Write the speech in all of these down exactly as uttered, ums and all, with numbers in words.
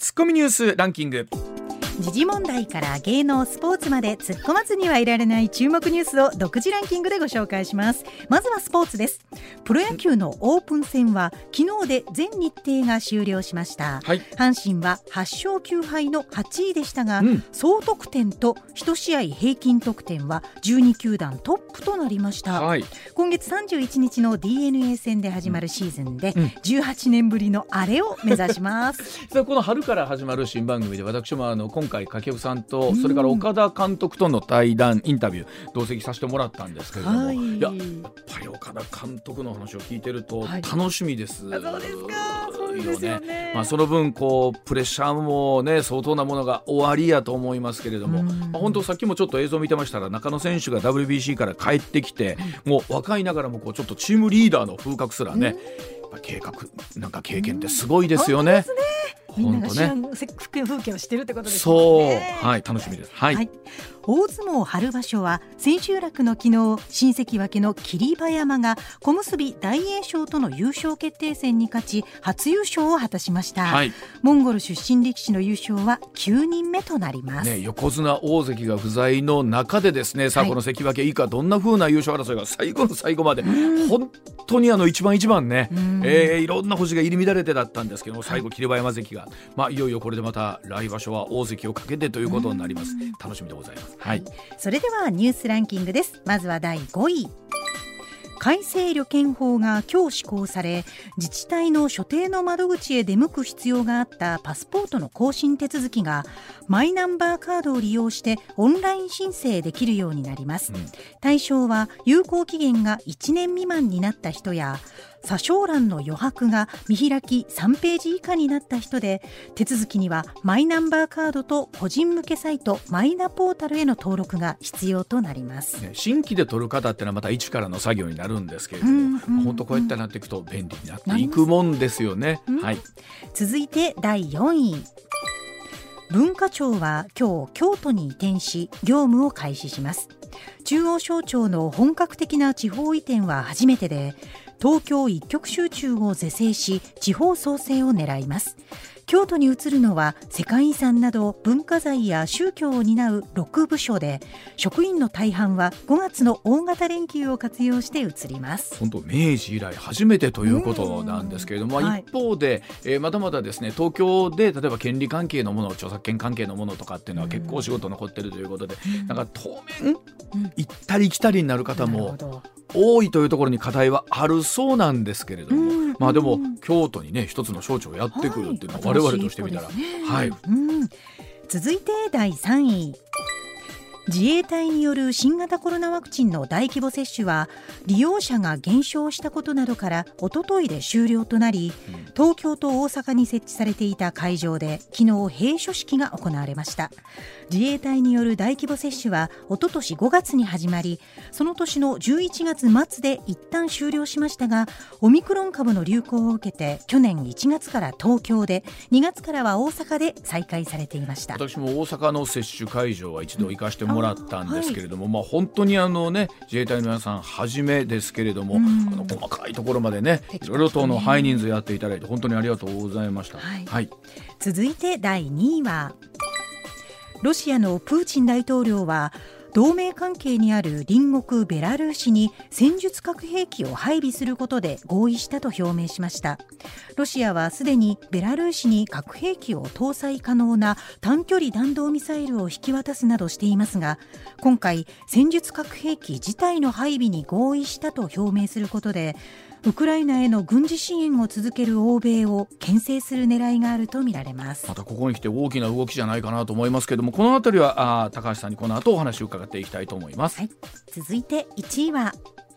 ツッコミニュースランキング。 時事問題から芸能スポーツまで突っ込まずにはいられない注目ニュースを独自ランキングでご紹介します。まずはスポーツです。プロ野球のオープン戦は昨日で全日程が終了しました、はい、阪神ははちしょうきゅうはいのはちいでしたが、うん、総得点といち試合平均得点はじゅうにきゅうだんトップとなりました、はい、今月さんじゅういちにちの ディーエヌエー 戦で始まるシーズンで、うん、じゅうはちねんぶりのアレを目指しますこの春から始まる新番組で私もあの今回掛布さんとそれから岡田監督との対談インタビュー同席させてもらったんですけれども、はい、いややっぱり岡田監督の話を聞いてると楽しみです、はい、 そうですか。そうですよね。 まあ、その分こうプレッシャーもね相当なものが終わりやと思いますけれども、まあ、本当さっきもちょっと映像見てましたら中野選手が ダブリュービーシー から帰ってきてもう若いながらもこうちょっとチームリーダーの風格すらね、やっぱ計画なんか経験ってすごいですよね。 みんなが知らん風景をしてるってことですね。そう、はい、楽しみです、はいはい、 大相撲春場所は千秋楽の昨日、新関脇の霧馬山が小結大栄翔との優勝決定戦に勝ち初優勝を果たしました、はい、モンゴル出身力士の優勝はきゅうにんめとなります、 ね、横綱大関が不在の中でですね、さあこの関脇以下どんな風な優勝争いが最後の最後まで本当にあの一番一番ね、えー、いろんな星が入り乱れてだったんですけども、最後霧馬山関がまあ、いよいよこれでまた来場所は大関をかけてということになります。楽しみでございます、はい、 それではニュースランキングです。まずはだいごい。改正旅券法が今日施行され、自治体の所定の窓口へ出向く必要があったパスポートの更新手続きがマイナンバーカードを利用してオンライン申請できるようになります、うん、対象は有効期限がいちねん未満になった人や査証欄の余白が見開きさんページ以下になった人で、手続きにはマイナンバーカードと個人向けサイトマイナポータルへの登録が必要となります、 ね、新規で取る方ってのはまた一からの作業になるんですけれども、うんうんうん、本当こうやってなっていくと便利になっていくもんですよね、うんはい、 続いてだいよんい。文化庁は今日京都に移転し業務を開始します。中央省庁の本格的な地方移転は初めてで、東京一極集中を是正し地方創生を狙います。京都に移るのは世界遺産など文化財や宗教を担うろくぶしょで、職員の大半はごがつの大型連休を活用して移ります。 本当明治以来初めてということなんですけれども、はい、一方で、えー、まだまだですね東京で例えば権利関係のもの、著作権関係のものとかっていうのは結構仕事残ってるということで、なんか当面行ったり来たりになる方も多いというところに課題はあるそうなんですけれども、うん、まあでも京都にね一つの省庁をやってくるっていうのは我々としてみたら、はいはいうん、 続いてだいさんい。自衛隊による新型コロナワクチンの大規模接種は利用者が減少したことなどから一昨日で終了となり、東京と大阪に設置されていた会場で昨日閉所式が行われました。自衛隊による大規模接種は一昨年ごがつに始まり、その年のじゅういちがつまつで一旦終了しましたが、オミクロン株の流行を受けて去年いちがつから東京で、にがつからは大阪で再開されていました。 私も大阪の接種会場は一度行かせてもらったんですけれども、はいまあ、本当にあの、ね、自衛隊の皆さんはじめですけれども、あの細かいところまでねいろいろとのハイ人数やっていただいて本当にありがとうございました、はいはい、 続いてだいにいは、ロシアのプーチン大統領は同盟関係にある隣国ベラルーシに戦術核兵器を配備することで合意したと表明しました。ロシアはすでにベラルーシに核兵器を搭載可能な短距離弾道ミサイルを引き渡すなどしていますが、今回戦術核兵器自体の配備に合意したと表明することで、ウクライナへの軍事支援を続ける欧米を牽制する狙いがあるとみられます。 またここに来て大きな動きじゃないかなと思いますけども、このあたりはあ高橋さんにこの後お話を伺っていきたいと思います、 はい、続いていちいは、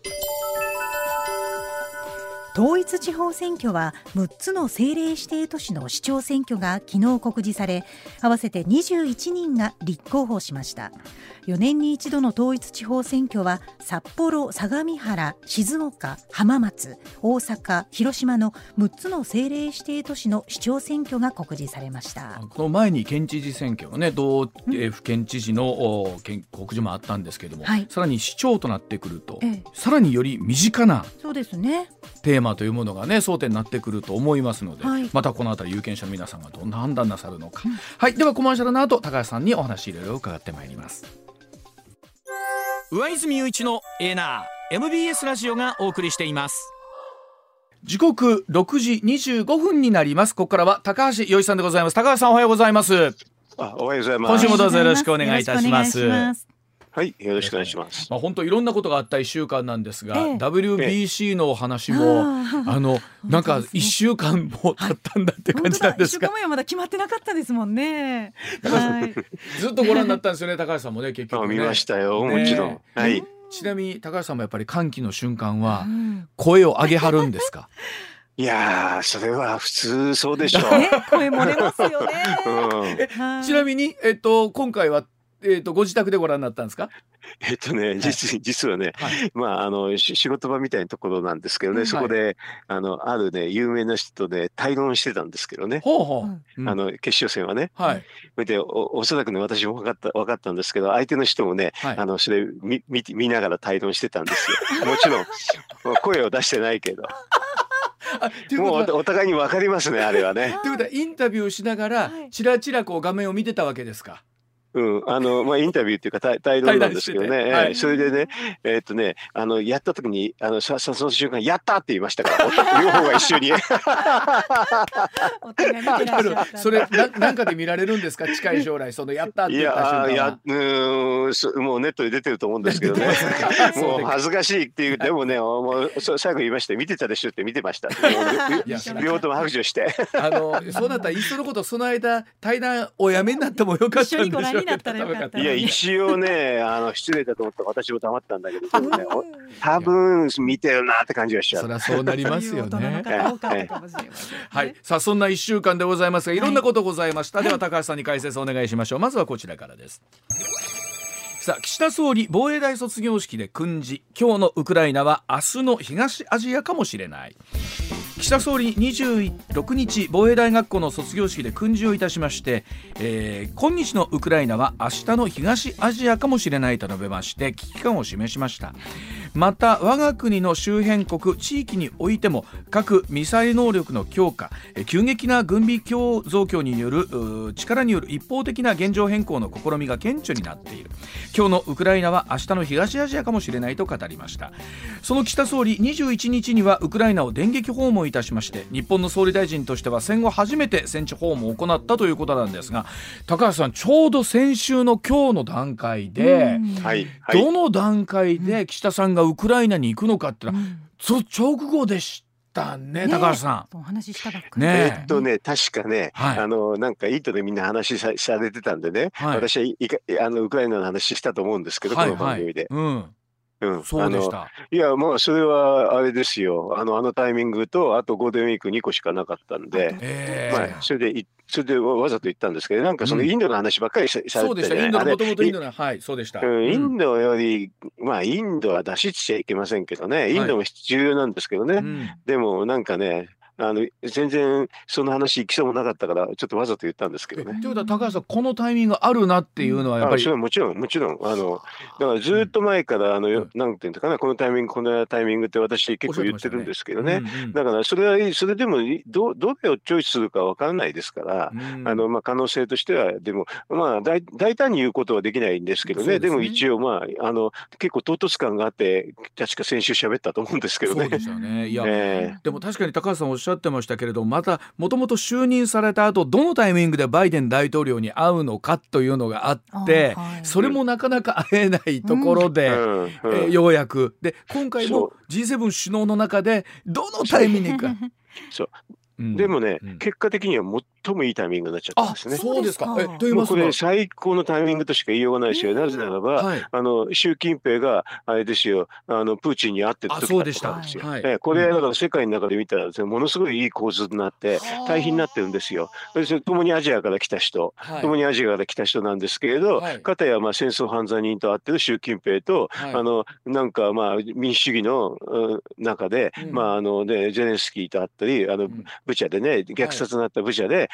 統一地方選挙はむっつの政令指定都市の市長選挙が昨日告示され、合わせてにじゅういちにんが立候補しました。よねんに一度の統一地方選挙は札幌、相模原、静岡、浜松、大阪、広島のむっつの政令指定都市の市長選挙が告示されました。 この前に県知事選挙のね同府県知事の県告示もあったんですけども、はい、さらに市長となってくると、ええ、さらにより身近なそうですねテーマというものがね争点になってくると思いますので、 はい、 またこのあたり有権者の皆さんがどんな判断なさるのか、うん、はい、ではコマーシャルの後高橋さんにお話いろいろ伺ってまいります。 上泉雄一のエナー エムビーエス ラジオがお送りしています。 時刻ろくじにじゅうごふんになります。ここからは高橋洋一さんでございます。高橋さんおはようございます。 あ、おはようございます。 今週もどうぞよろしくお願いいたします。 はい、よろしくお願いします。 まあ、本当いろんなことがあったいっしゅうかんなんですが、ええ、ダブリュービーシー のお話も、ええ、あのなんかいっしゅうかんも経ったんだって感じなんですか。 いっしゅうかんまえはまだ決まってなかったですもんね。 はい、ずっとご覧になったんですよね高橋さんもね結局ね。 あ、見ましたよ、もちろん、ね、はい。 ちなみに高橋さんもやっぱり歓喜の瞬間は声を上げはるんですか。 いやー、それは普通そうでしょう。 ね、声漏れますよね。 うん、えちなみに、えっと、今回は、えっと、ご自宅でご覧になったんですか。 えっとね、実、はい、実はね、はい、まあ、あの、仕事場みたいなところなんですけどね、はい、そこで、あの、あるね、有名な人とね、対論してたんですけどね。 ほうほう、 うん、あの、決勝戦はね。 はい。 それで、お、おそらくね、私も分かった、分かったんですけど、相手の人もね、はい、あの、それ見、見、見ながら対論してたんですよ。もちろん、声を出してないけど。もう お, お互いに分かりますね、あれはね。 ということはインタビューしながらちらちらこう画面を見てたわけですか。 うん、あの、まあ、インタビューっていうか、対、対論なんですけどね。はい、それでね、えー、っとね、あの、やった時に、あの、さ、その瞬間、やったって言いましたから、両方が一緒に。 それな、なんかで見られるんですか、近い将来、そのやったって言った瞬間は。 いや、いや、うーん、もうネットで出てると思うんですけどね。もう恥ずかしいっていう、でもね、もう最後言いました。見てたでしょって見てました。両方とも拍手して。 あの、そうだったら、いっそのこと、その間、対談おやめになってもよかったんでしょう。 になったらよかった。 いや、一応ね、あの失礼だと思ったら私も黙ったんだけど、ね、多分見てるなって感じがしちゃう。 そりゃそうなりますよね。 はい、 さあそんないっしゅうかんでございますが、いろんなことございました。はい、では高橋さんに解説お願いしましょう。まずはこちらからです。さあ岸田総理防衛大卒業式で訓示、今日のウクライナは明日の東アジアかもしれない。岸田総理にじゅうろくにち防衛大学校の卒業式で訓示をいたしまして、えー、今日のウクライナは明日の東アジアかもしれないと述べまして危機感を示しました。また我が国の周辺国地域においても核・ミサイル能力の強化、急激な軍備増強による力による一方的な現状変更の試みが顕著になっている。今日のウクライナは明日の東アジアかもしれないと語りました。その岸田総理にじゅういちにちにはウクライナを電撃訪問いたしまして、日本の総理大臣としては戦後初めて戦地訪問を行ったということなんですが、高橋さん、ちょうど先週の今日の段階で、 はいはい、 どの段階で岸田さんがウクライナに行くのかってのは、うん、そ直後でしたね、高橋さん。 お話ししたばっかりね。えっとね、確かね、はい、あのなんかイントでみんな話さ、されてたんでね、はい、私はいかあのウクライナの話したと思うんですけど、はい、この番組で。 はい、うんうん、そうでした。 いや、まあそれはあれですよ、あのあのタイミングとあとゴールデンウィークにこしかなかったんで、 えーまあ、それでそれでわざと言ったんですけど、なんかそのインドの話ばっかりさ、うん、されてたじゃない。 そうでした。インドのもともとインドの、はい、そうでした。 うん、インドより、まあインドは出しちゃいけませんけどね、インドも重要なんですけどね、はい、でもなんかね、あの全然その話行きそうもなかったからちょっとわざと言ったんですけどね。 ということは高橋さん、このタイミングあるなっていうのはやっぱり、 うん、それはもちろんもちろんあのだからずっと前からあの、うん、なんていうのかな、このタイミングこのタイミングって私結構言ってるんですけどね、ね、うんうん、だからそれはそれでもどどれをチョイスするか分からないですから、うん、あのまあ可能性としてはでもまあ大大胆に言うことはできないんですけど ね, で, ねでも一応まああの結構唐突感があって確か先週喋ったと思うんですけどね。 そうですよね。いや、えー、でも確かに高橋さんおっしゃってましたけれど、またもともと就任された後どのタイミングでバイデン大統領に会うのかというのがあって、はい、それもなかなか会えないところで、うんうんえー、ようやくで今回も ジーセブン 首脳の中でどのタイミングかそううん、でもね、うん、結果的には最もいいタイミングになっちゃったんですね。 あ、そうですか。えと言いもうますとこれ最高のタイミングとしか言いようがないですよ。なぜならば、はい、あの習近平があれですよ、あのプーチンに会ってる時だったんですよ。はいえこれだから世界の中で見たらですね、ものすごいいい構図になって大変になってるんですよ。共にアジアから来た人、はい、共にアジアから来た人なんですけれど、はい、かたやまあ戦争犯罪人と会ってる習近平と、はい、あのなんかまあ民主主義の中で、うん、まああのねゼレンスキーと会ったり、あの、うん、ブチャでね虐殺になったブチャで、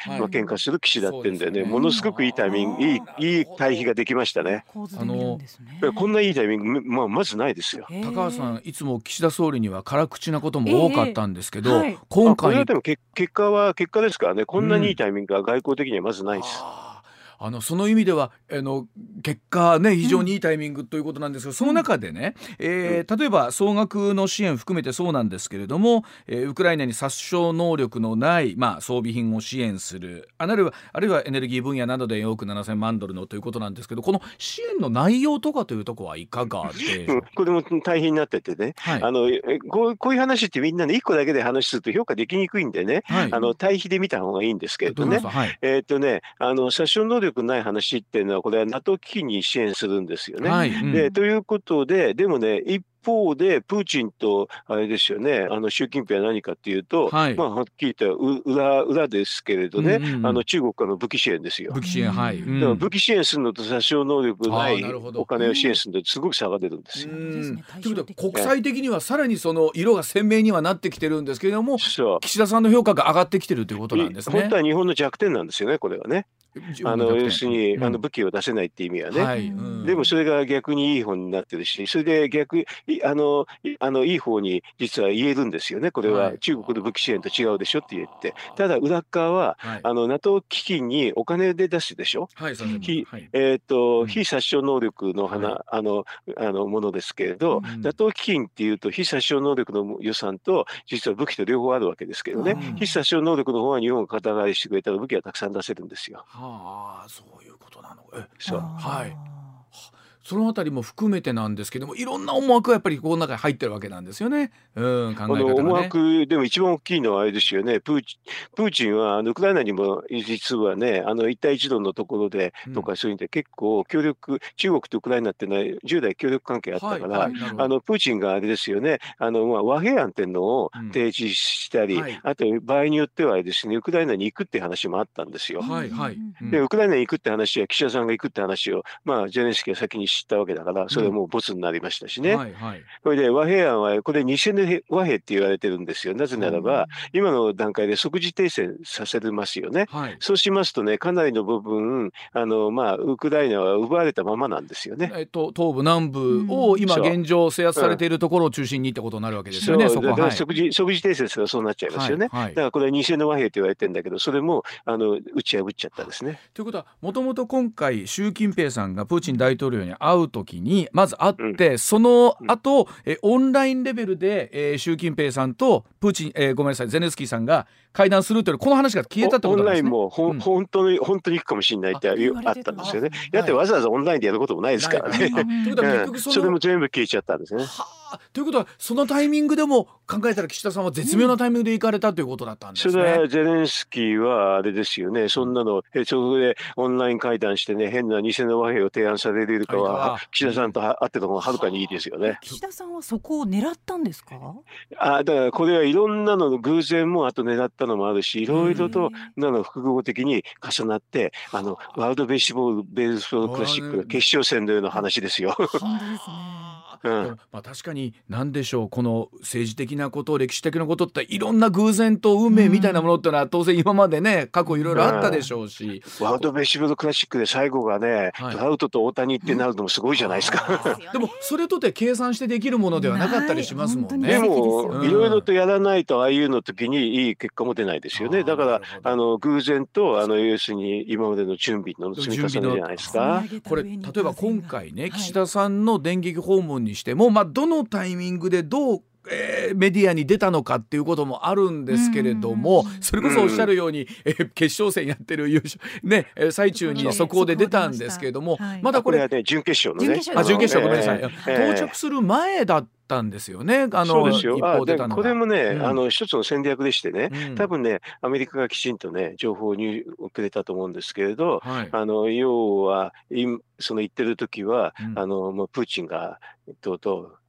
まあ、喧嘩する岸田ってんだよね。ものすごくいいタイミング、いい、いい対比ができましたね。 あのこんないいタイミング、まあ、まずないですよ。 高橋さん、いつも岸田総理には辛口なことも多かったんですけど、 えーはい、 今回これはでも結果は結果ですからね。こんなにいいタイミングが外交的にはまずないです。 うんあのその意味ではあの結果ね非常にいいタイミングということなんですが、うん、その中でね、えー、例えば総額の支援含めてそうなんですけれども、えー、ウクライナに殺傷能力のない、まあ、装備品を支援する、あるいはあるいはエネルギー分野などでよんおくななせんまんドルのということなんですけど、この支援の内容とかというところはいかがで、 うん、これも大変になっててね、はい、あのこう、こういう話ってみんなねいっこだけで話すると評価できにくいんでね、はい、あの対比で見た方がいいんですけれどね、はい、えーっとねあの殺傷能力ない話っていうのはこれは ナトー 基金に支援するんですよね。はいうん、でということででもね一方でプーチンとあれですよね、あの習近平は何かっていうと、はい、まあはっきり言ったら裏裏ですけれどね、うんうんうん、あの中国からの武器支援ですよ。 武器支援、はい。うん、 だから武器支援するのと殺傷能力ないお金を支援するのとすごく差が出るんですよ。 ということは国際的にはさらにその色が鮮明にはなってきてるんですけれども、岸田さんの評価が上がってきてるということなんですね。 本当は日本の弱点なんですよね、これはね。あの要するに、うん、あの武器を出せないっていう意味はね、はいうん、でもそれが逆にいい方になってるし、それで逆あのあのいい方に実は言えるんですよね。これは中国の武器支援と違うでしょって言って、ただ裏側は、はい、あの ナトー 基金にお金で出すでしょ、はい非はいえーとうん、非殺傷能力の花、はい、あのあのものですけれど、うん、ナトー 基金っていうと非殺傷能力の予算と実は武器と両方あるわけですけどね、うん、非殺傷能力の方は日本が肩代わりしてくれたら武器はたくさん出せるんですよ。 はあ、そういうことなの。え、そう、はい。そのあたりも含めてなんですけども、いろんな思惑がやっぱりこの中に入ってるわけなんですよね。うん、考え方がね。 あの思惑でも一番大きいのはあれですよね。プーチン、プーチンはあのウクライナにも実はね、あの一帯一路のところでとかそういうんで結構協力、中国とウクライナっていうのは従来協力関係あったから、はいはい、あのプーチンがあれですよね、あのまあ和平案っていうのを提示したり、うんはい、あと場合によってはですね、ウクライナに行くって話もあったんですよ。はいはいうん、でウクライナに行くって話や岸田さんが行くって話をまあゼレンスキーが先に知ったわけだから。それはもうボツになりましたしね。うんはいはい、これで和平案はこれ偽の和平って言われてるんですよ。なぜならば、うん、今の段階で即時停戦させますよね。はい、そうしますとね、かなりの部分あの、まあ、ウクライナは奪われたままなんですよね。 えっと、東部南部を今現状制圧されているところを中心にってことになるわけですよね。 そう、だから即時、即時停戦すればそうなっちゃいますよね。はいはい、だからこれは偽の和平って言われてるんだけど、それもあの打ち破っちゃったですね。 ということは、もともと今回習近平さんがプーチン大統領に会うときにまず会って、うん、その後、うん、えオンラインレベルで、えー、習近平さんとプーチン、えー、ごめんなさいゼレンスキーさんが会談するというこの話が消えたってことなんですね。 オンラインもほ、うん、本当に本当に行くかもしれないって あ, あったんですよね。だってわざわざオンラインでやることもないですからね。ということは結局その、それも全部消えちゃったんですね。はあ、ということはそのタイミングでも考えたら岸田さんは絶妙なタイミングで行かれたということだったんですね。 それはゼレンスキーはあれですよね。そんなのえそこでオンライン会談してね変な偽の和平を提案されるよりかは岸田さんと会ってた方がはるかにいいですよね。 岸田さんはそこを狙ったんですか？ あだからこれはいろんなの偶然もあと狙ったのもあるしいろいろとなの複合的に重なってあのワールドベースボールベースボールクラシックの決勝戦のような話ですよ。 本当ですね。 うんまあ、確かに何でしょうこの政治的なこと歴史的なことっていろんな偶然と運命みたいなものってのは当然今までね過去いろいろあったでしょうし、 うん、ワールドベースボールクラシックで最後がね、はい、トラウトと大谷ってなるのもすごいじゃないですか。 でもそれとて計算してできるものではなかったりしますもんね。 でもいろいろとやらないとああいうの時にいい結果も出ないですよね。だからあの偶然とあの要するに今までの準備の積み重ねじゃないですか。 これ例えば今回ね岸田さんの電撃訪問にしても、まあ、どのタイミングでどうえー、メディアに出たのかっていうこともあるんですけれども、それこそおっしゃるように、えー、決勝戦やってる優勝、ね、最中に速報で出たんですけれども、 はい、 まだこれ、 これはね準決勝のねあ準決勝ごめんなさい、えー、到着する前だったんですよね。あのそうですよ。 一報出たのがこれもね、うん、あの一つの戦略でしてね、うん、多分ねアメリカがきちんとね情報を入くれたと思うんですけれど、はい、あの要はその言ってる時は、うん、あのもうプーチンがとうとう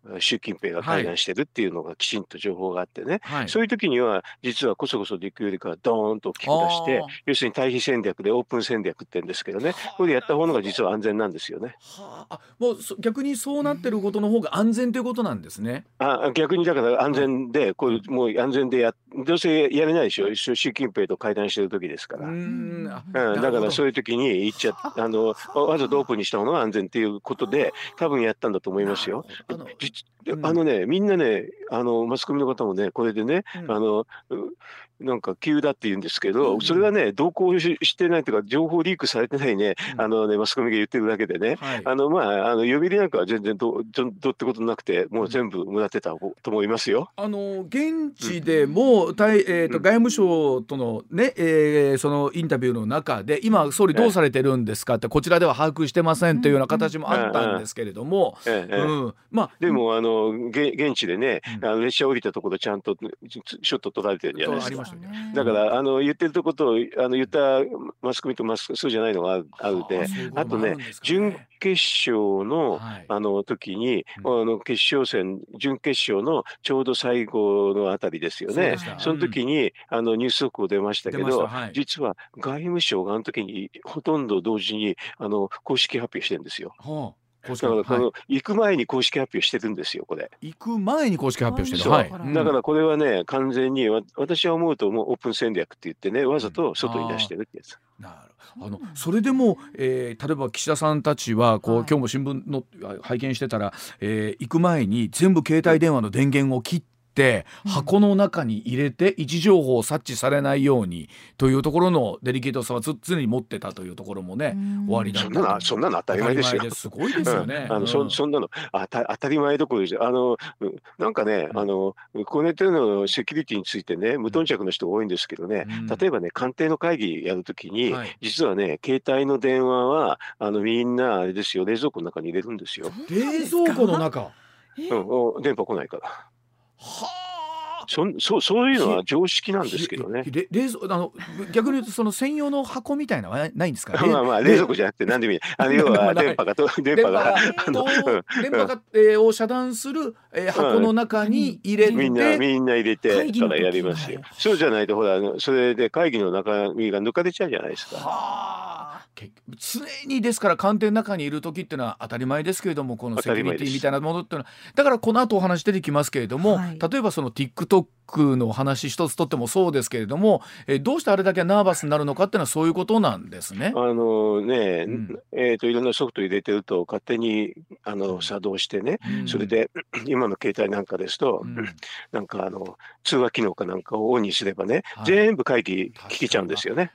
習近平が会談してるっていうのがきちんと情報があってね、はい、そういう時には実はこそこそで行くよりかはドーンと大きく出して、要するに対比戦略でオープン戦略って言うんですけどね、これでやった方のが実は安全なんですよね。 はあ、もう逆にそうなってることの方が安全ということなんですね。 あ、逆にだから安全で、こういうもう安全でやどうせやれないでしょ、一緒習近平と会談してる時ですから。うん、だからそういう時に言っちゃあのわざとオープンにした方が安全っていうことで多分やったんだと思いますよ。あの、あのね、みんなね、あのマスコミの方もね、これでね、うん、あのなんか急だって言うんですけど、うん、それはね、同行ししてないというか、情報リークされてないね、うん、あのね、マスコミが言ってるだけでね、はい、あの、まあ、あの読売なんかは全然どどどってことなくて、もう全部もらってたと思いますよ。 あの現地でも、うん、対えー、と外務省とのね、えー、そのインタビューの中で、今、総理どうされてるんですかって、こちらでは把握してませんというような形もあったんですけれども、 でも、あの現地でね、うん、あの列車降りたところ、ちゃんとショット撮られてるんじゃないですか。だからあの言ってるとことをあの言ったマスコミとマスそうじゃないのがあるので、あとね、準決勝の、はい、あの時に、うん、あの決勝戦準決勝のちょうど最後のあたりですよね。そ, その時に、うん、あのニュース速報出ましたけど、はい、実は外務省があの時にほとんど同時にあの公式発表してるんですよ。はあ、だからこの、はい、行く前に公式発表してるんですよ、これ。 行く前に公式発表してる。はい、 だからこれはね、完全に私は思うともうオープン戦略って言ってね、わざと外に出してるってやつ。 うん、なるあのそれでも、えー、例えば岸田さんたちはこう、はい、今日も新聞の拝見してたら、えー、行く前に全部携帯電話の電源を切ってで箱の中に入れて位置情報を察知されないようにというところのデリケートさは常に持ってたというところもね、終わりだった。 そんなのそんなの当たり前ですよ。 すごいですよね。 うん、あの そ, そんなのあた当たり前どころですよ。あのなんかね、うん、あのこうやってのセキュリティについてね無頓着の人が多いんですけどね、うん、例えばね官邸の会議やるときに、はい、実はね携帯の電話はあのみんなあれですよ、冷蔵庫の中に入れるんですよ。 冷蔵庫の中、 うん、電波来ないから。 はあ。 そ, そ, そういうのは常識なんですけどね。 冷蔵あの逆に言うとその専用の箱みたいなのはないんですか。 まあまあ冷蔵庫じゃなくて何でもいい。あの要は電波がと電波が電波が、えー、を遮断する、えー、箱の中に入れて、うん、 みんなみんな入れてからやりますよ。そうじゃないとほらそれで会議の中身が抜かれちゃうじゃないですか。はあ、常にですから官邸の中にいる時っていうのは当たり前ですけれども、このセキュリティみたいなものっていうのはだからこの後お話出てきますけれども、はい、例えばその TikTokのお話一つとってもそうですけれども、えー、どうしてあれだけナーバスになるのかっていうのはそういうことなんですね。 あのね、うん、えーといろんなソフト入れてると勝手にあの作動してね、うん、それで今の携帯なんかですと、うん、なんかあの通話機能かなんかをオンにすればね、はい、全部会議聞けちゃうんですよね。 うん、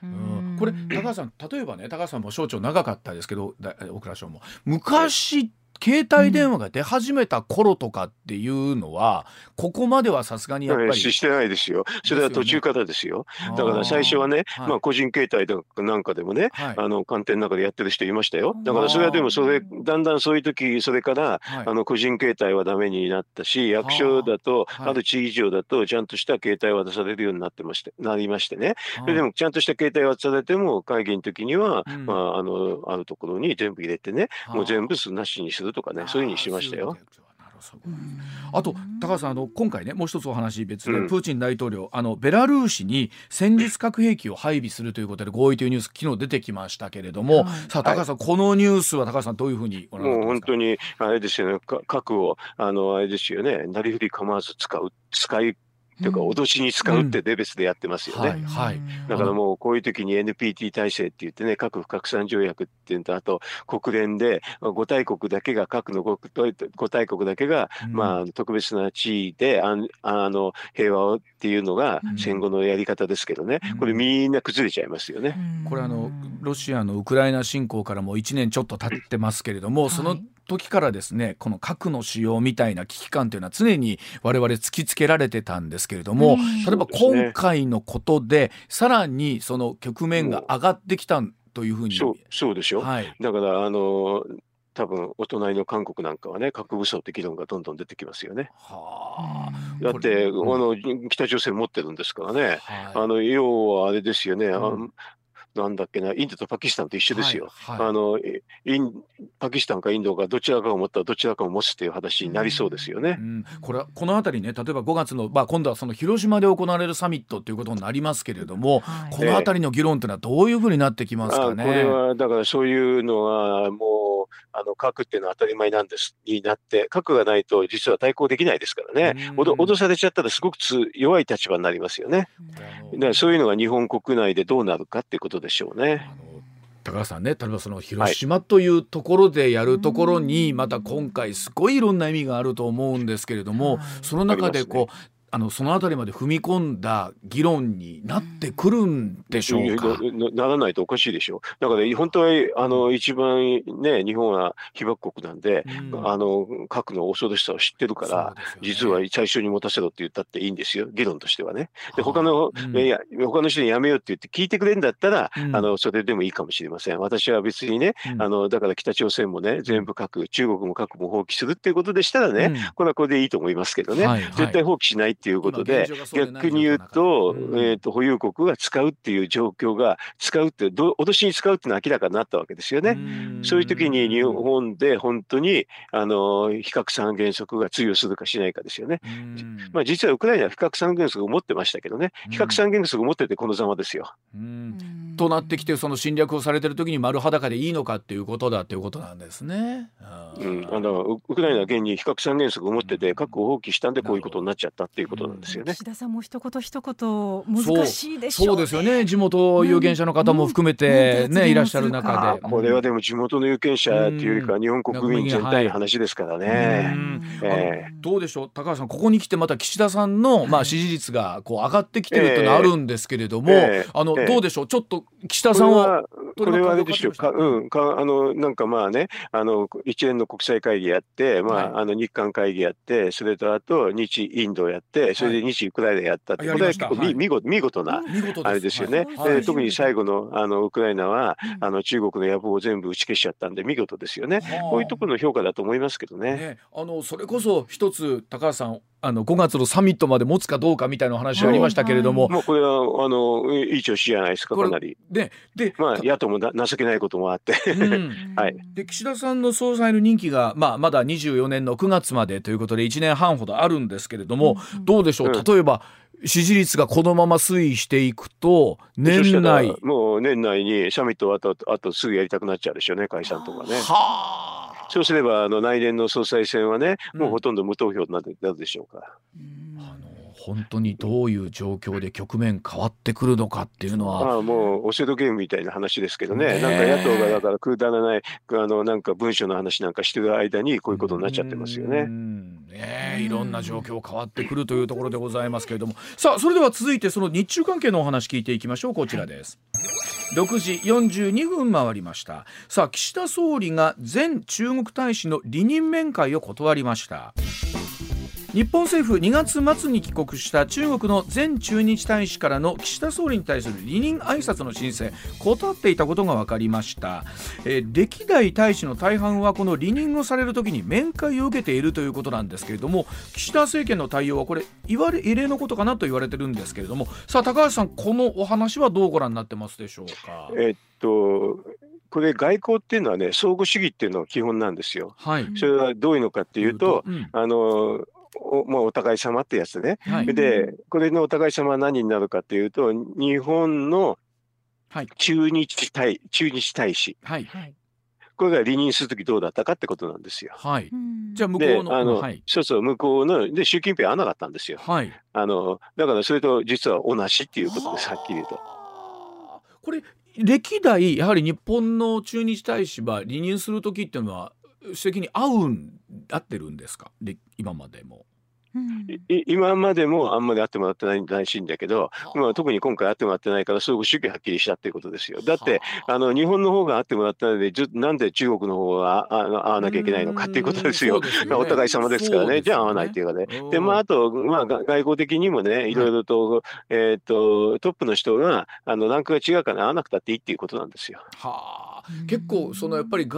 これ高橋さん、例えばね、高橋さんも省庁長かったですけど大蔵省も昔、はい携帯電話が出始めた頃とかっていうのは、うん、ここまではさすがにやっぱりしてないですよ。それは途中からですよ。だから最初はね、まあ個人携帯なんかでもね、はい、あの官邸の中でやってる人いましたよ。だからそれはでもそれだんだんそういう時それから、はい、あの個人携帯はダメになったし、役所だと、はい、ある地域上だとちゃんとした携帯渡されるようになってましてなりましてね。それでもちゃんとした携帯渡されても会議の時には、うん、まああのあるところに全部入れてね、もう全部なしにするとかね、そういうふうにしましたよ。 あと高橋さん、あの今回ねもう一つお話別で、うん、プーチン大統領あのベラルーシに戦術核兵器を配備するということで合意というニュース昨日出てきましたけれども、はい、さあ高橋さん、はい、このニュースは高橋さんどういうふうにご覧になってますか。 もう本当にあれですよね、核をあのあれですよね、なりふり構わず使う使いというか脅しに使うってレベルでやってますよね。 うんはいはい、 だからもうこういう時に エヌピーティー 体制って言ってね、核不拡散条約っていうのと、あと国連でご大国だけが核の 5, ご大国だけが、うん、まあ特別な地位でああの平和をっていうのが戦後のやり方ですけどね、うん、これみんな崩れちゃいますよね。 うん、これあのロシアのウクライナ侵攻からもういちねんちょっと経ってますけれども、はい、その時からですね、この核の使用みたいな危機感というのは常に我々突きつけられてたんですけれども、うん、例えば今回のことでさらにその局面が上がってきたというふうに。 そう、そうでしょ、はい、だからあの多分お隣の韓国なんかはね、核武装って議論がどんどん出てきますよね。はあ、だって、うん、あの北朝鮮持ってるんですからね、はい、あの要はあれですよね、うん、 なんだっけな、インドとパキスタンと一緒ですよ。 はいはい、 あのインパキスタンかインドかどちらかを持ったらどちらかを持つっていう話になりそうですよね。 うん、これはこのあたりね、例えばごがつの、まあ、今度はその広島で行われるサミットということになりますけれども、はい、このあたりの議論というのはどういうふうになってきますかね。 あこれはだからそういうのはもうあの核っていうのは当たり前なんですになって、核がないと実は対抗できないですからね。脅されちゃったらすごくつ弱い立場になりますよね。だからそういうのが日本国内でどうなるかっていうことでしょうね。 高橋さんね、例えばその広島というところでやるところにまた今回すごいいろんな意味があると思うんですけれども、その中でこうあのそのあたりまで踏み込んだ議論になってくるんでしょうか。 な, ならないとおかしいでしょ。だから本当はあの一番ね、日本は被爆国なんで、うん、あの核の恐ろしさを知ってるから、ね、実は最初に持たせろって言ったっていいんですよ、議論としてはね。で他の、うん、いや他の人にやめようって言って聞いてくれるんだったら、うん、あのそれでもいいかもしれません。私は別にね、うん、あのだから北朝鮮もね全部核、中国も核も放棄するっていうことでしたらね、うん、これはこれでいいと思いますけどね、はいはい、絶対放棄しないっていうことで、逆に言うと、うん、えーと、保有国が使うっていう状況が、使うってど、脅しに使うっていうのは明らかになったわけですよね。うそういう時に日本で本当にあの非核三原則が通用するかしないかですよね。まあ、実はウクライナは非核三原則を持ってましたけどね、非核三原則を持っててこのざまですよ。 うんとなってきて、その侵略をされてる時に丸裸でいいのかっていうことだっていうことなんですね。 うん、あのウクライナは現に非核三原則を持ってて核を放棄したんでこういうことになっちゃったっていうことなんですよね。 岸田さんも一言一言難しいでしょうね。 そうですよね。地元有権者の方も含めて、ね、うん、いらっしゃる中で、 これはでも地元の有権者っていうよりか日本国民全体の話ですからね。 どうでしょう高橋さん、ここに来てまた岸田さんの、まあ、支持率がこう上がってきてるっていうのはあるんですけれども、えー、あの、えー、どうでしょう、ちょっと岸田さんはこれはあれでしょうか、うん、かあのなんかまあね、あの一連の国際会議やって、まあ、はい、あの日韓会議やって、それとあと日インドやって、それで日ウクライナやったって、はい、これは結構、はい、見事、見事なあれですよね。はいはい、特に最後のあのウクライナは、うん、あの中国の野望を全部打ち消しちゃったんで見事ですよね。こういうところの評価だと思いますけどね。 ね、あのそれこそ一つ高橋さん、あのごがつのサミットまで持つかどうかみたいな話ありましたけれども、 もうこれはあのいい調子じゃないですか、かなり。 でで、 まあ、野党もな情けないこともあって、うんはい、で岸田さんの総裁の任期が、まあ、まだにじゅうよねんのくがつまでということでいちねんはんほどあるんですけれども、うん、どうでしょう、例えば、うん、支持率がこのまま推移していくと年内もう年内にサミットあとあとすぐやりたくなっちゃうでしょうね、解散とかね。はあ、そうすればあの来年の総裁選はね、もうほとんど無投票になるでしょうから、うん、 あの本当にどういう状況で局面変わってくるのかっていうのは、 ああもうオセロゲームみたいな話ですけどね、なんか野党がだからくだらないあのなんか文書の話なんかしてる間にこういうことになっちゃってますよね。 うんね、いろんな状況変わってくるというところでございますけれども、さあそれでは続いてその日中関係のお話聞いていきましょう。こちらです。ろくじよんじゅうにふん回りました。さあ岸田総理が前中国大使の離任面会を断りました。日本政府にがつ末に帰国した中国の前駐日大使からの岸田総理に対する離任挨拶の申請断っていたことが分かりました。えー、歴代大使の大半はこの離任をされるときに面会を受けているということなんですけれども、岸田政権の対応はこれ言われ異例のことかなと言われてるんですけれども、さあ高橋さん、このお話はどうご覧になってますでしょうか。 えっとこれ外交っていうのはね、相互主義っていうのが基本なんですよ。はい、それはどういうのかっていうと、うん、あのお, まあ、お互い様ってやつね、はい、でこれのお互い様は何になるかっていうと、日本の駐日大、はい、駐日大使、はい、これが離任するときどうだったかってことなんですよ。はい、 じゃあ向こうの、 あの、 はい、 そうそう向こうので習近平は合わなかったんですよ。はい、あのだからそれと実は同じっていうことです、はっきり言うと。 これ歴代やはり日本の駐日大使は離任するときっていうのは主席に合うん合ってるんですか、で今までも。 うん、今までもあんまり会ってもらってないらしいんだけど、まあ、特に今回会ってもらってないから相互主義はっきりしたっていうことですよ。だってあの日本の方が会ってもらったのでなんで中国の方は会わなきゃいけないのかっていうことですよ。ですよね、お互い様ですから ね, ねじゃあ会わないっていうかね。で、まあ、あと、まあ、外交的にもねいろいろと、はい、えー、とトップの人があのランクが違うから会わなくたっていいっていうことなんですよ。 はあ、結構そのやっぱり外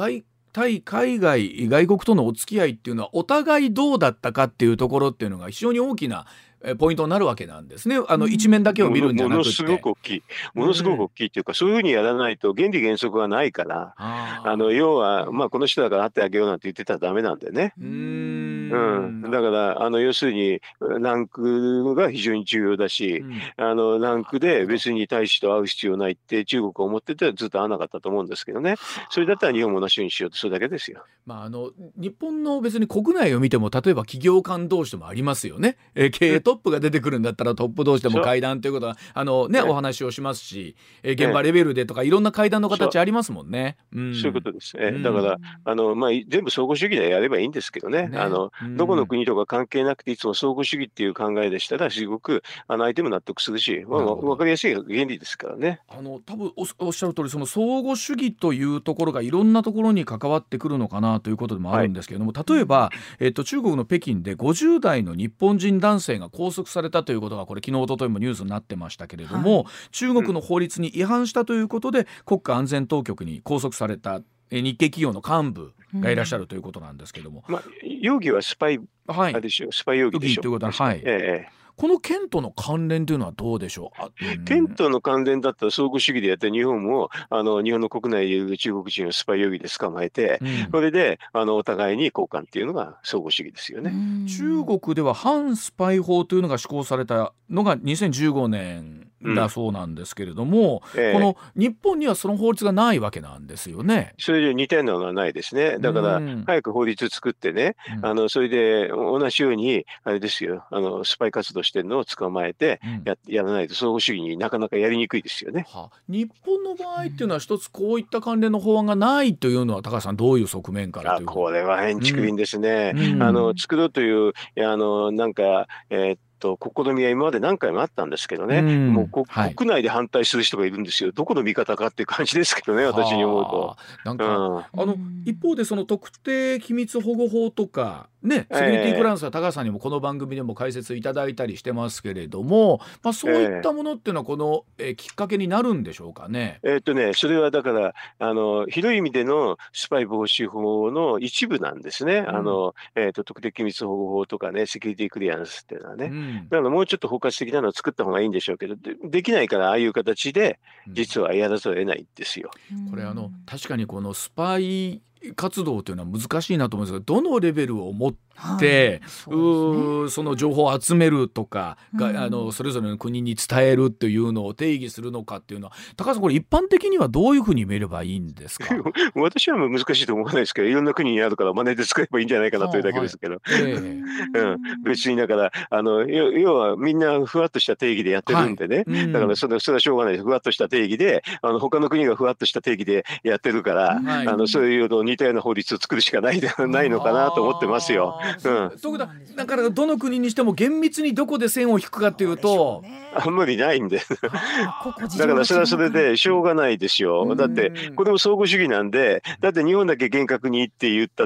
対海外外国とのお付き合いっていうのはお互いどうだったかっていうところっていうのが非常に大きなポイントになるわけなんですね。あの一面だけを見るんじゃなくて、 ものすごく大きい、ものすごく大きいっていうか、うん、そういうふうにやらないと原理原則がないから、ああの要は、まあ、この人だから会ってあげようなんて言ってたらダメなんだよね。うーん、うん、だからあの要するにランクが非常に重要だし、うん、あのランクで別に大使と会う必要ないって中国は思っててずっと会わなかったと思うんですけどね。それだったら日本も同じようにしようとそれだけですよ。 まあ、あの日本の別に国内を見ても例えば企業間同士でもありますよね。えー、経営トップが出てくるんだったらトップ同士でも会談ということはあの、ね、お話をしますし、えー、現場レベルでとかいろんな会談の形ありますもんね。 そう、うん、そういうことですね。うん、だからあの、まあ、全部相互主義でやればいいんですけどね。ね、あのうん、どこの国とか関係なくていつも相互主義っていう考えでしたらすごくあの相手も納得するし、まあ、分かりやすい原理ですからね。 あの多分 お, おっしゃる通りその相互主義というところがいろんなところに関わってくるのかなということでもあるんですけれども、はい、例えば、えっと、中国の北京でごじゅう代の日本人男性が拘束されたということがこれ昨日一昨日もニュースになってましたけれども、はい、中国の法律に違反したということで、うん、国家安全当局に拘束された日系企業の幹部がいらっしゃるということなんですけども、 うん、まあ、容疑はスパイ、はい、でしょスパイ容疑でしょということは、はい、ええ、この県との関連というのはどうでしょう。 うん、県との関連だったら相互主義でやって日本もあの日本の国内でいう中国人をスパイ容疑で捕まえて、うん、それであのお互いに交換っていうのが相互主義ですよね。 中国では反スパイ法というのが施行されたのがにせんじゅうごねんだそうなんですけれども、うん、ええ、この日本にはその法律がないわけなんですよね。 それで似たようなのがないですね。だから早く法律作ってね、うん、あのそれで同じようにあれですよ、あのスパイ活動してるのを捕まえて や,、うん、やらないと相互主義になかなかやりにくいですよね。はあ、 日本の場合っていうのは一つこういった関連の法案がないというのは高橋さんどういう側面からというか。 あ、これは変築品ですね。うん、あの作ろうというあのなんか、えーと試みは今まで何回もあったんですけどね、うん、もう、はい、国内で反対する人がいるんですよ。どこの味方かっていう感じですけどね、私に思うと。 なんか、うん、あの一方でその特定秘密保護法とかね、セキュリティクラウンスは高橋さんにもこの番組でも解説いただいたりしてますけれども、まあ、そういったものっていうのはこの、えー、きっかけになるんでしょうかね。 えーっとねそれはだからあの広い意味でのスパイ防止法の一部なんですね。うん、あのえー、っと特定機密保護法とかね、セキュリティクリアンスっていうのはね、うん、だからもうちょっと包括的なのを作った方がいいんでしょうけど、 で, できないからああいう形で実はやらざるを得ないんですよ。 うん、これあの確かにこのスパイ活動というのは難しいなと思うんですが、どのレベルを持って、はい、そ, うその情報を集めるとか、うん、あのそれぞれの国に伝えるっていうのを定義するのかっていうのは高橋さんこれ一般的にはどういうふうに見ればいいんですか。 私は難しいと思わないですけど、いろんな国にあるから真似で使えばいいんじゃないかなというだけですけど、はいはいえーうん、別にだからあの要はみんなふわっとした定義でやってるんでね、はいうん、だからそれ, それはしょうがないです。ふわっとした定義であの他の国がふわっとした定義でやってるから、はい、あのそういうの似たような法律を作るしかないないのかなと思ってますよ。うん、 ということはだからどの国にしても厳密にどこで線を引くかというとあんまりないんでだからそれはそれでしょうがないですよ。だってこれも相互主義なんで、だって日本だけ厳格にって言ったって、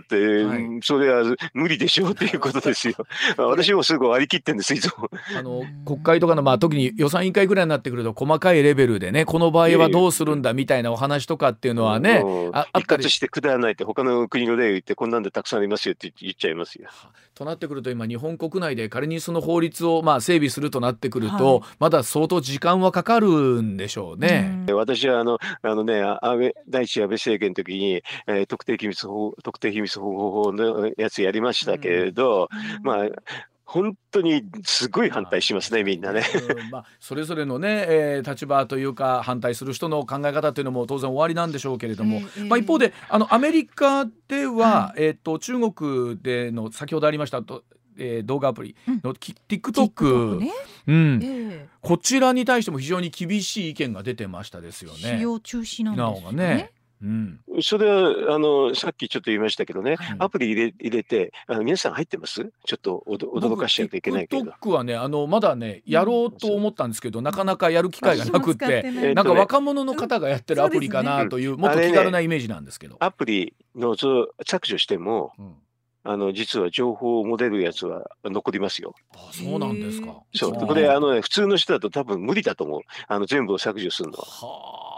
はい、それは無理でしょうっていうことですよ。私もすぐ割り切ってんですいつも。 あの国会とかの、まあ、特に予算委員会ぐらいになってくると細かいレベルでね、この場合はどうするんだみたいなお話とかっていうのはね、 うん、あ一括してくだらないって他の国の例を言ってこんなんでたくさんありますよって言っちゃいますよ。 となってくると今日本国内で仮にその法律をまあ整備するとなってくると、はい、まだ相当時間はかかるんでしょうね。 うん、私はあのあのね安倍第一安倍政権の時に、えー、特定秘密法特定秘密保護法のやつやりましたけれど、うん、まあ本当にすごい反対しますね、みんなね。 うんまあ、それぞれのね、えー、立場というか反対する人の考え方というのも当然終わりなんでしょうけれども、えーまあ、一方であのアメリカでは、はいえー、と中国での先ほどありましたと、えー、動画アプリの、うん、TikTok、ねうんえー、こちらに対しても非常に厳しい意見が出てましたですよね。 使用中止なんですよね。 うん、 それはあのさっきちょっと言いましたけどね、はい、アプリ入れ、入れてあの皆さん入ってます？ちょっと驚かしちゃうといけないけど。 TikTok はねあのまだねやろうと思ったんですけど、うん、なかなかやる機会がなくって、なんか若者の方がやってるアプリかなという、うん、もっと気軽なイメージなんですけど、 ね、アプリの削除しても、うんあの実は情報を持てるやつは残りますよ。 あ、そうなんですか。 そうこれあの、ね、普通の人だと多分無理だと思う。あの全部を削除するのは。 は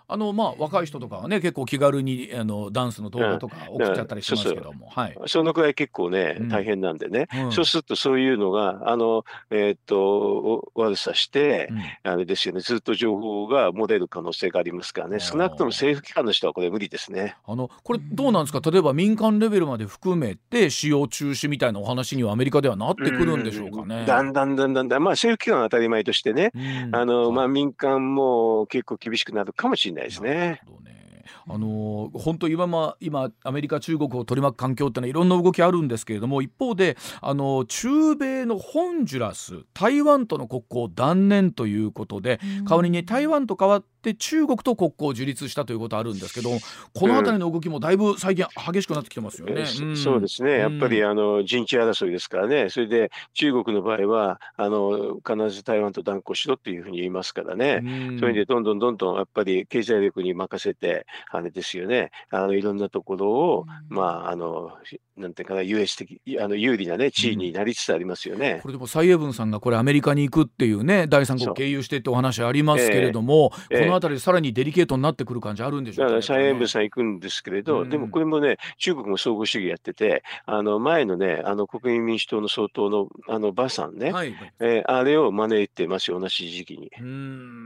あのまあ若い人とかはね結構気軽にあのダンスの動画とか送っちゃったりしますけども、 うん、はい、そのくらい結構ね大変なんでね、うん、そうするとそういうのがあのえー、っと悪さして、うん、あれですよね、ずっと情報が漏れる可能性がありますからね、少なくとも政府機関の人はこれ無理ですね。 あのこれどうなんですか、例えば民間レベルまで含めて使用中止みたいなお話にはアメリカではなってくるんでしょうかね。 だんだんだんだんだん、まあ政府機関は当たり前としてね、あのまあ民間も結構厳しくなるかもしれないですね。 なるほどね。あのー、本当今、ま、今アメリカ中国を取り巻く環境ってのはいろんな動きあるんですけれども、一方であの中米のホンジュラス台湾との国交を断念ということで、代わりに台湾と代わって中国と国交を樹立したということあるんですけど、この辺りの動きもだいぶ最近激しくなってきてますよね。 うん、そうですね、やっぱりあの陣地争いですからね。それで中国の場合はあの必ず台湾と断交しろっていうふうに言いますからね。それでどんどんどんどんやっぱり経済力に任せてあれですよね、あのいろんなところを、うん、まああのなんていうかな、優越的あの有利なね地位になりつつありますよね。うん、 これでも蔡英文さんがこれアメリカに行くっていうね、第三国経由してってお話ありますけれども、えー、このあたりさらにデリケートになってくる感じあるんでしょうか、ね。 だから蔡英文さん行くんですけれど、うん、でもこれもね中国も相互主義やってて、あの前のねあの国民民主党の総統のあの馬さんね、はい、えー、あれを招いてますよ、同じ時期に。うん、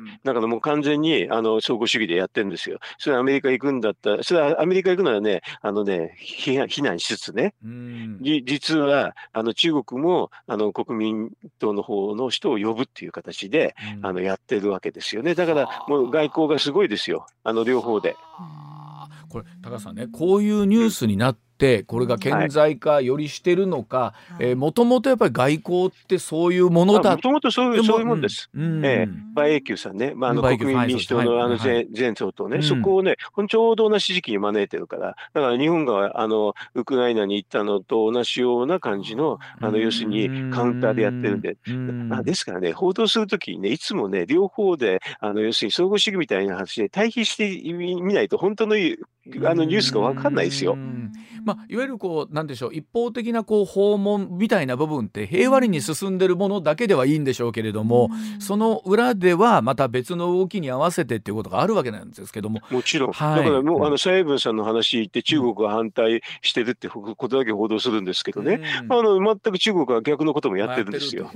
だからもう完全にあの相互主義でやってるんですよ。それはアメリカ行くんだったら、それはアメリカ行くのはね、あのね、非難、非難しつつね、うん、実はあの中国もあの国民党の方の人を呼ぶっていう形で、うん、あのやってるわけですよね。だからもう外交がすごいですよ、あの両方で。 これ高橋さんね、こういうニュースになってこれが顕在化よりしてるのか、もともとやっぱり外交ってそういうものだ、 もともとそういうそういうもんです。馬英九さんね、まあ、あの国民民主党のあの前前総統ね、そこをねちょうど同じ時期に招いてるから、だから日本があのウクライナに行ったのと同じような感じの、あの要するにカウンターでやってるんで、あですからね、報道するときにねいつもね両方であの要するに相互主義みたいな話で対比してみないと本当のあのニュースが分かんないですよ。 まあ、いわゆるこうなんでしょう、一方的なこう訪問みたいな部分って平和裏に進んでるものだけではいいんでしょうけれども、その裏ではまた別の動きに合わせてっていうことがあるわけなんですけども、 もちろん、はい、だからもうあの蔡英文さんの話言って中国が反対してるってことだけ報道するんですけどね、うん、あの全く中国は逆のこともやってるんですよ。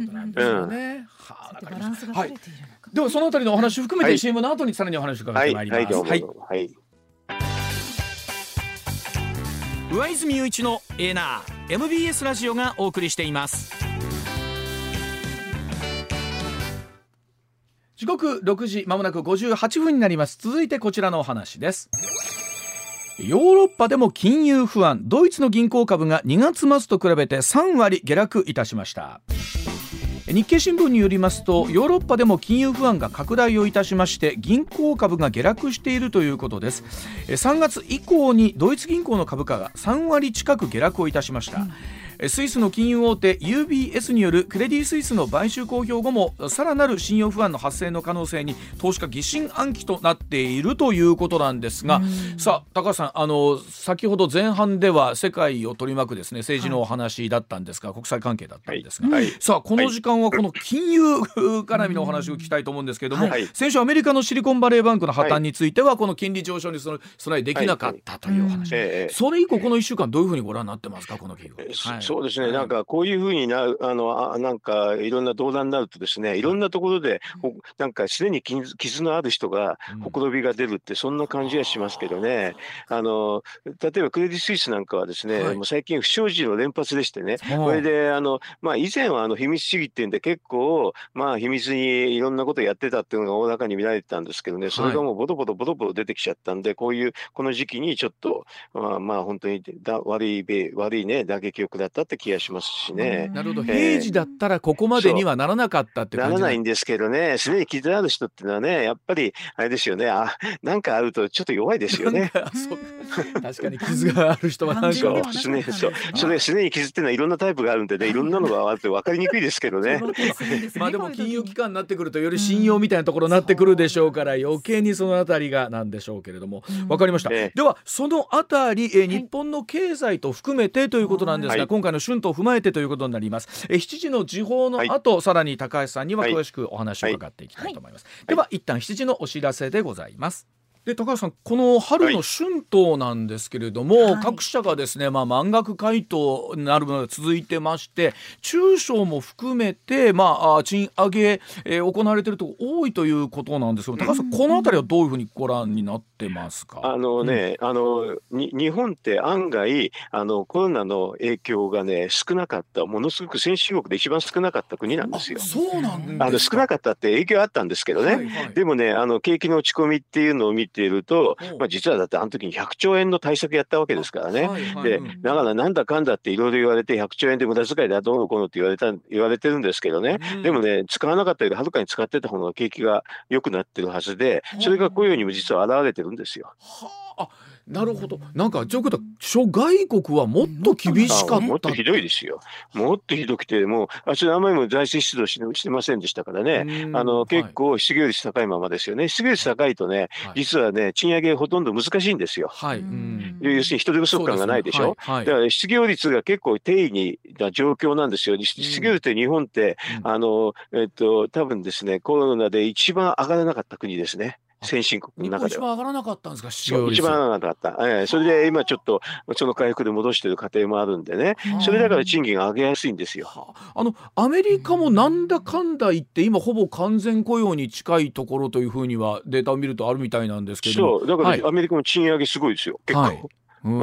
ではそのあたりのお話を含めて、はい、シーエム の後にさらにお話を伺ってまいります。はいはいはいはい、 上泉雄一のエーナー エムビーエス ラジオがお送りしています。 時刻ろくじまもなくごじゅうはっぷんになります。続いてこちらのお話です。ヨーロッパでも金融不安、ドイツの銀行株がにがつ末と比べてさんわり下落いたしました。日経新聞によりますと、ヨーロッパでも金融不安が拡大をいたしまして、銀行株が下落しているということです。さんがつ以降にドイツ銀行の株価がさんわり近く下落をいたしました。うん、スイスの金融大手 ユービーエス によるクレディ・スイスの買収公表後もさらなる信用不安の発生の可能性に投資家疑心暗鬼となっているということなんですが、さあ高橋さん、あの先ほど前半では世界を取り巻くですね政治のお話だったんですが、はい、国際関係だったんですが、はい、さあこの時間はこの金融絡みのお話を聞きたいと思うんですけれども、はい、先週アメリカのシリコンバレーバンクの破綻についてはこの金利上昇に備えできなかったというお話、はいはい、それ以降このいっしゅうかんどういうふうにご覧になってますか、この企業。 はい、そうですね、なんかこういうふうになる、あのあなんかいろんな動乱になるとですね、いろんなところでなんかすでに傷のある人がほころびが出るって、そんな感じはしますけどね。あの例えばクレディ・スイスなんかはですね、はい、もう最近不祥事の連発でしてね、これであの、まあ、以前はあの秘密主義っていうんで結構、まあ、秘密にいろんなことをやってたっていうのが大中に見られてたんですけどね、それがもうボトボトボトボト出てきちゃったんで、こういうこの時期にちょっとまあ、まあ、本当にだ悪い悪いね打撃を食らったって気がしますしね。 なるほど、平時だったらここまでにはならなかったって感じ、 ならないんですけどね、すでに傷ある人っていうのはね、やっぱりあれですよね、あなんかあるとちょっと弱いですよね。 そう確かに傷がある人はなんかそうですね、そうそれすでに傷っていうのはいろんなタイプがあるんでね、いろんなのがあって分かりにくいですけどね。 まあでも金融機関になってくるとより信用みたいなところになってくるでしょうから、余計にそのあたりがなんでしょうけれども、分かりました。ではそのあたりえ日本の経済と含めてということなんですが、はい、今回の春闘を踏まえてということになります。えしちじの時報の後、はい、さらに高橋さんには詳しくお話を伺っていきたいと思います。はいはい、では一旦しちじのお知らせでございます。 で高橋さん、この春の春闘なんですけれども、はい、各社がですね、まあ、満額回答になるのが続いてまして、中小も含めて、まあ、賃上げ、えー、行われているところ多いということなんですけど、高橋さん、このあたりはどういうふうにご覧になってますか？ あのね、うん、あのに日本って案外あのコロナの影響がね少なかった、ものすごく先進国で一番少なかった国なんですよ。 そうなんですか。 あの少なかったって影響あったんですけどね、はいはい、でもね、あの景気の落ち込みっていうのを見ていると、まあ、実はだってあの時にひゃくちょうえんの対策やったわけですからね、はいはい、でだからなんだかんだっていろいろ言われてひゃくちょうえんで無駄遣いだどうのこうのって言われた言われてるんですけどね、うん、でもね使わなかったよりはるかに使ってた方が景気が良くなってるはずで、それが雇用にも実は現れてるんですよ。 はあ、なるほど。なんかちょっと諸外国はもっと厳しかった。 もっとひどいですよ。もっとひどくて、もうあそれあまりにも財政出動ししてませんでしたからね、あの結構失業率高いままですよね。失業率高いとね、はい、実はね賃上げほとんど難しいんですよ。はい、うん要するに人手不足感がないでしょ。はいはい、だから失業率が結構低位な状況なんですよ。失業率って日本って、うん、あのえっと多分ですねコロナで一番上がらなかった国ですね。先進国の中では。 一番上がらなかったんですか？ 一番上がらなかった、えー、それで今ちょっとその回復で戻している過程もあるんでね、それだから賃金が上げやすいんですよ。 あのアメリカもなんだかんだ言って今ほぼ完全雇用に近いところというふうにはデータを見るとあるみたいなんですけども、 そうだから、はい、アメリカも賃上げすごいですよ結構、はいうん、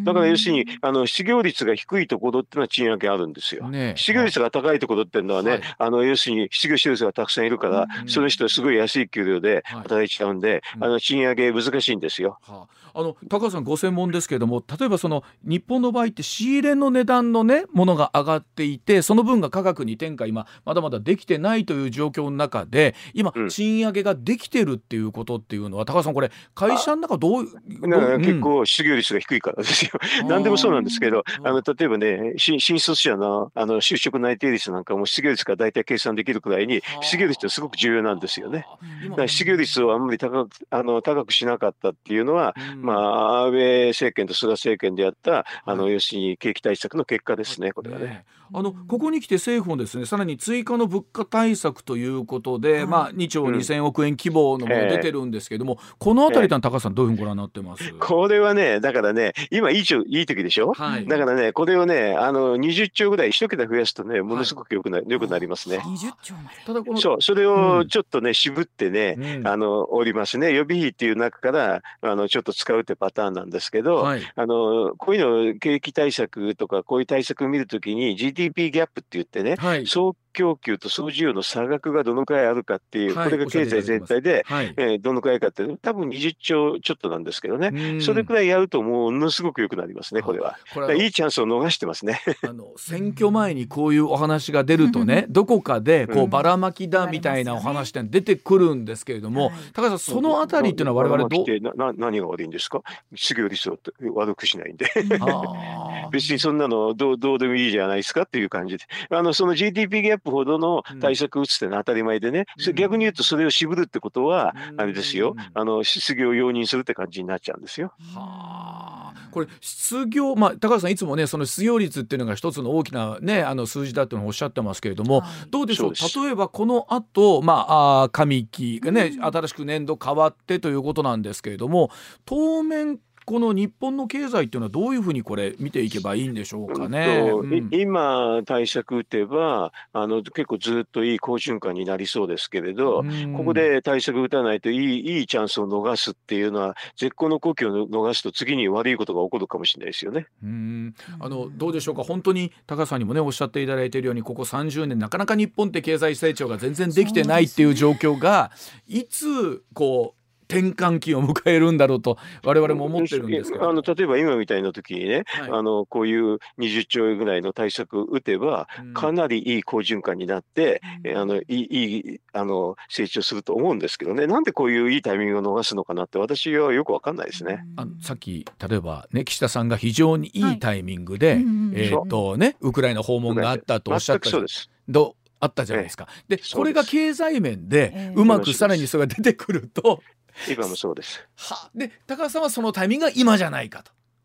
だから要するにあの失業率が低いところっていうのは賃上げあるんですよ、ね、失業率が高いところっていうのはね、はい、あの要するに失業してる人がたくさんいるから、うん、その人はすごい安い給料で働いちゃうんで、はい、あの賃上げ難しいんですよ、はああの高橋さんご専門ですけれども、例えばその日本の場合って仕入れの値段のねものが上がっていて、その分が価格に転嫁今まだまだできてないという状況の中で今、うん、賃上げができてるっていうことっていうのは高橋さんこれ会社の中どうだから結構失業率が低いからですよ、うん、何でもそうなんですけど、あの例えばね新卒者 の, あの就職内定率なんかも失業率が大体計算できるくらいに失業率ってすごく重要なんですよね。だから失業率をあんまり高くあの高くしなかったっていうのは、うんまあ、安倍政権と菅政権でやったあの、はい、要するに景気対策の結果ですね、これはね。 あのここに来て政府もですねさらに追加の物価対策ということで、はいまあ、にちょうにせんおくえん規模のもの出てるんですけれども、えー、このあたりは高橋さんどういうふうにご覧になってます？ これはねだからね今いい, いい時でしょ、はい、だからねこれをねあのにじゅっちょうぐらい一桁増やすとねものすごくよく な,、はい、よくなりますね。 にじゅっちょうまでただこのそうそれをちょっとね、うん、渋ってね、うん、あのおりますね予備費っていう中からあのちょっと使うってパターンなんですけど、はい、あのこういうの景気対策とかこういう対策を見るときに ジーディーピー ギャップって言ってね、はい、総供給と総需要の差額がどのくらいあるかっていう、はい、これが経済全体で、はいえー、どのくらいかって多分にじゅっちょうちょっとなんですけどね、それくらいやるとものすごく良くなりますね。これはこれいいチャンスを逃してますね。 あの選挙前にこういうお話が出るとねどこかでこうばらまきだみたいなお話って出てくるんですけれども、うん、高橋さんそのあたりっていうのは我々どうなな何が悪いんですか？失業率を悪くしないんであ別にそんなのどう、どうでもいいじゃないですかっていう感じで、あのその ジーディーピー ギャップほどの対策を打つってのは当たり前でね、うん、逆に言うとそれを渋るってことは、うん、あれですよ、あの失業を容認するって感じになっちゃうんですよ。 はあ、これ失業、まあ、高橋さんいつもねその失業率っていうのが一つの大きな、ね、あの数字だっていうのをおっしゃってますけれども、はい、どうでしょう、例えばこの後、まあ、あ上期がね、うん、新しく年度変わってということなんですけれども、当面この日本の経済っていうのはどういうふうにこれ見ていけばいいんでしょうかね。 うん、今対策打てばあの結構ずっといい好循環になりそうですけれど、うん、ここで対策打たないといい、いいチャンスを逃すっていうのは絶好の好機を逃すと次に悪いことが起こるかもしれないですよね。 うんあのどうでしょうか、本当に高橋さんにもねおっしゃっていただいているようにここさんじゅうねんなかなか日本って経済成長が全然できてないっていう状況がいつこう転換期を迎えるんだろうと我々も思ってるんですけど、 あの例えば今みたいな時にね、はい、あのこういうにじゅっちょうえんぐらいの対策を打てば、うん、かなりいい好循環になって、うん、あのいい、いいあの成長すると思うんですけどね、なんでこういういいタイミングを逃すのかなって私はよく分かんないですね。 あのさっき例えば、ね、岸田さんが非常にいいタイミングで、はいえーっとね、ウクライナ訪問があったとおっしゃった。 全くそうです。 どあったじゃないですか。でこれが経済面でうまくさらにそれが出てくると今もそうです。 はで高橋さんはそのタイミングが今じゃないかと。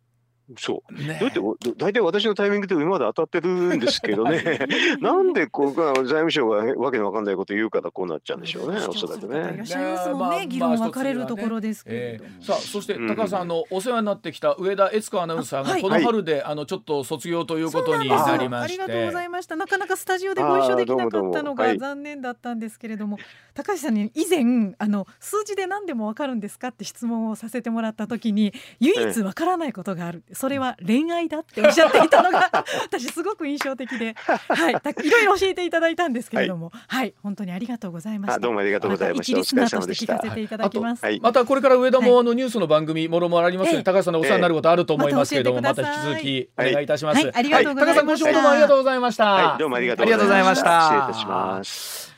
そう、ね、だって大体私のタイミングで今まで当たってるんですけどねなんでこう財務省がわけのわかんないこと言うからこうなっちゃうんでしょうね、おそらくね。 いらっしゃいますもんね、ね、議論分かれるところですけれども、 えー、さあそして高橋さん、あのお世話になってきた上田悦子アナウンサーがこの春で、はい、あのちょっと卒業ということになりまして、 ありがとうございました。なかなかスタジオでご一緒できなかったのが残念だったんですけれども、はい、高橋さんに以前あの数字で何でも分かるんですかって質問をさせてもらった時に唯一分からないことがある、それは恋愛だっておっしゃっていたのが私すごく印象的で、はい、いろいろ教えていただいたんですけれども、はい、はい、本当にありがとうございました。 どうもありがとうございました。 一リスナーとして聞かせていただきます。 はい、またこれから上田もあのニュースの番組もろもろありますので、高橋さんのお世話になることあると思いますけれども、また引き続きお願いいたします。 はい、ありがとうございました。 高橋さん、ご仕事もありがとうございました。 はい、どうもありがとうございました。失礼いたします。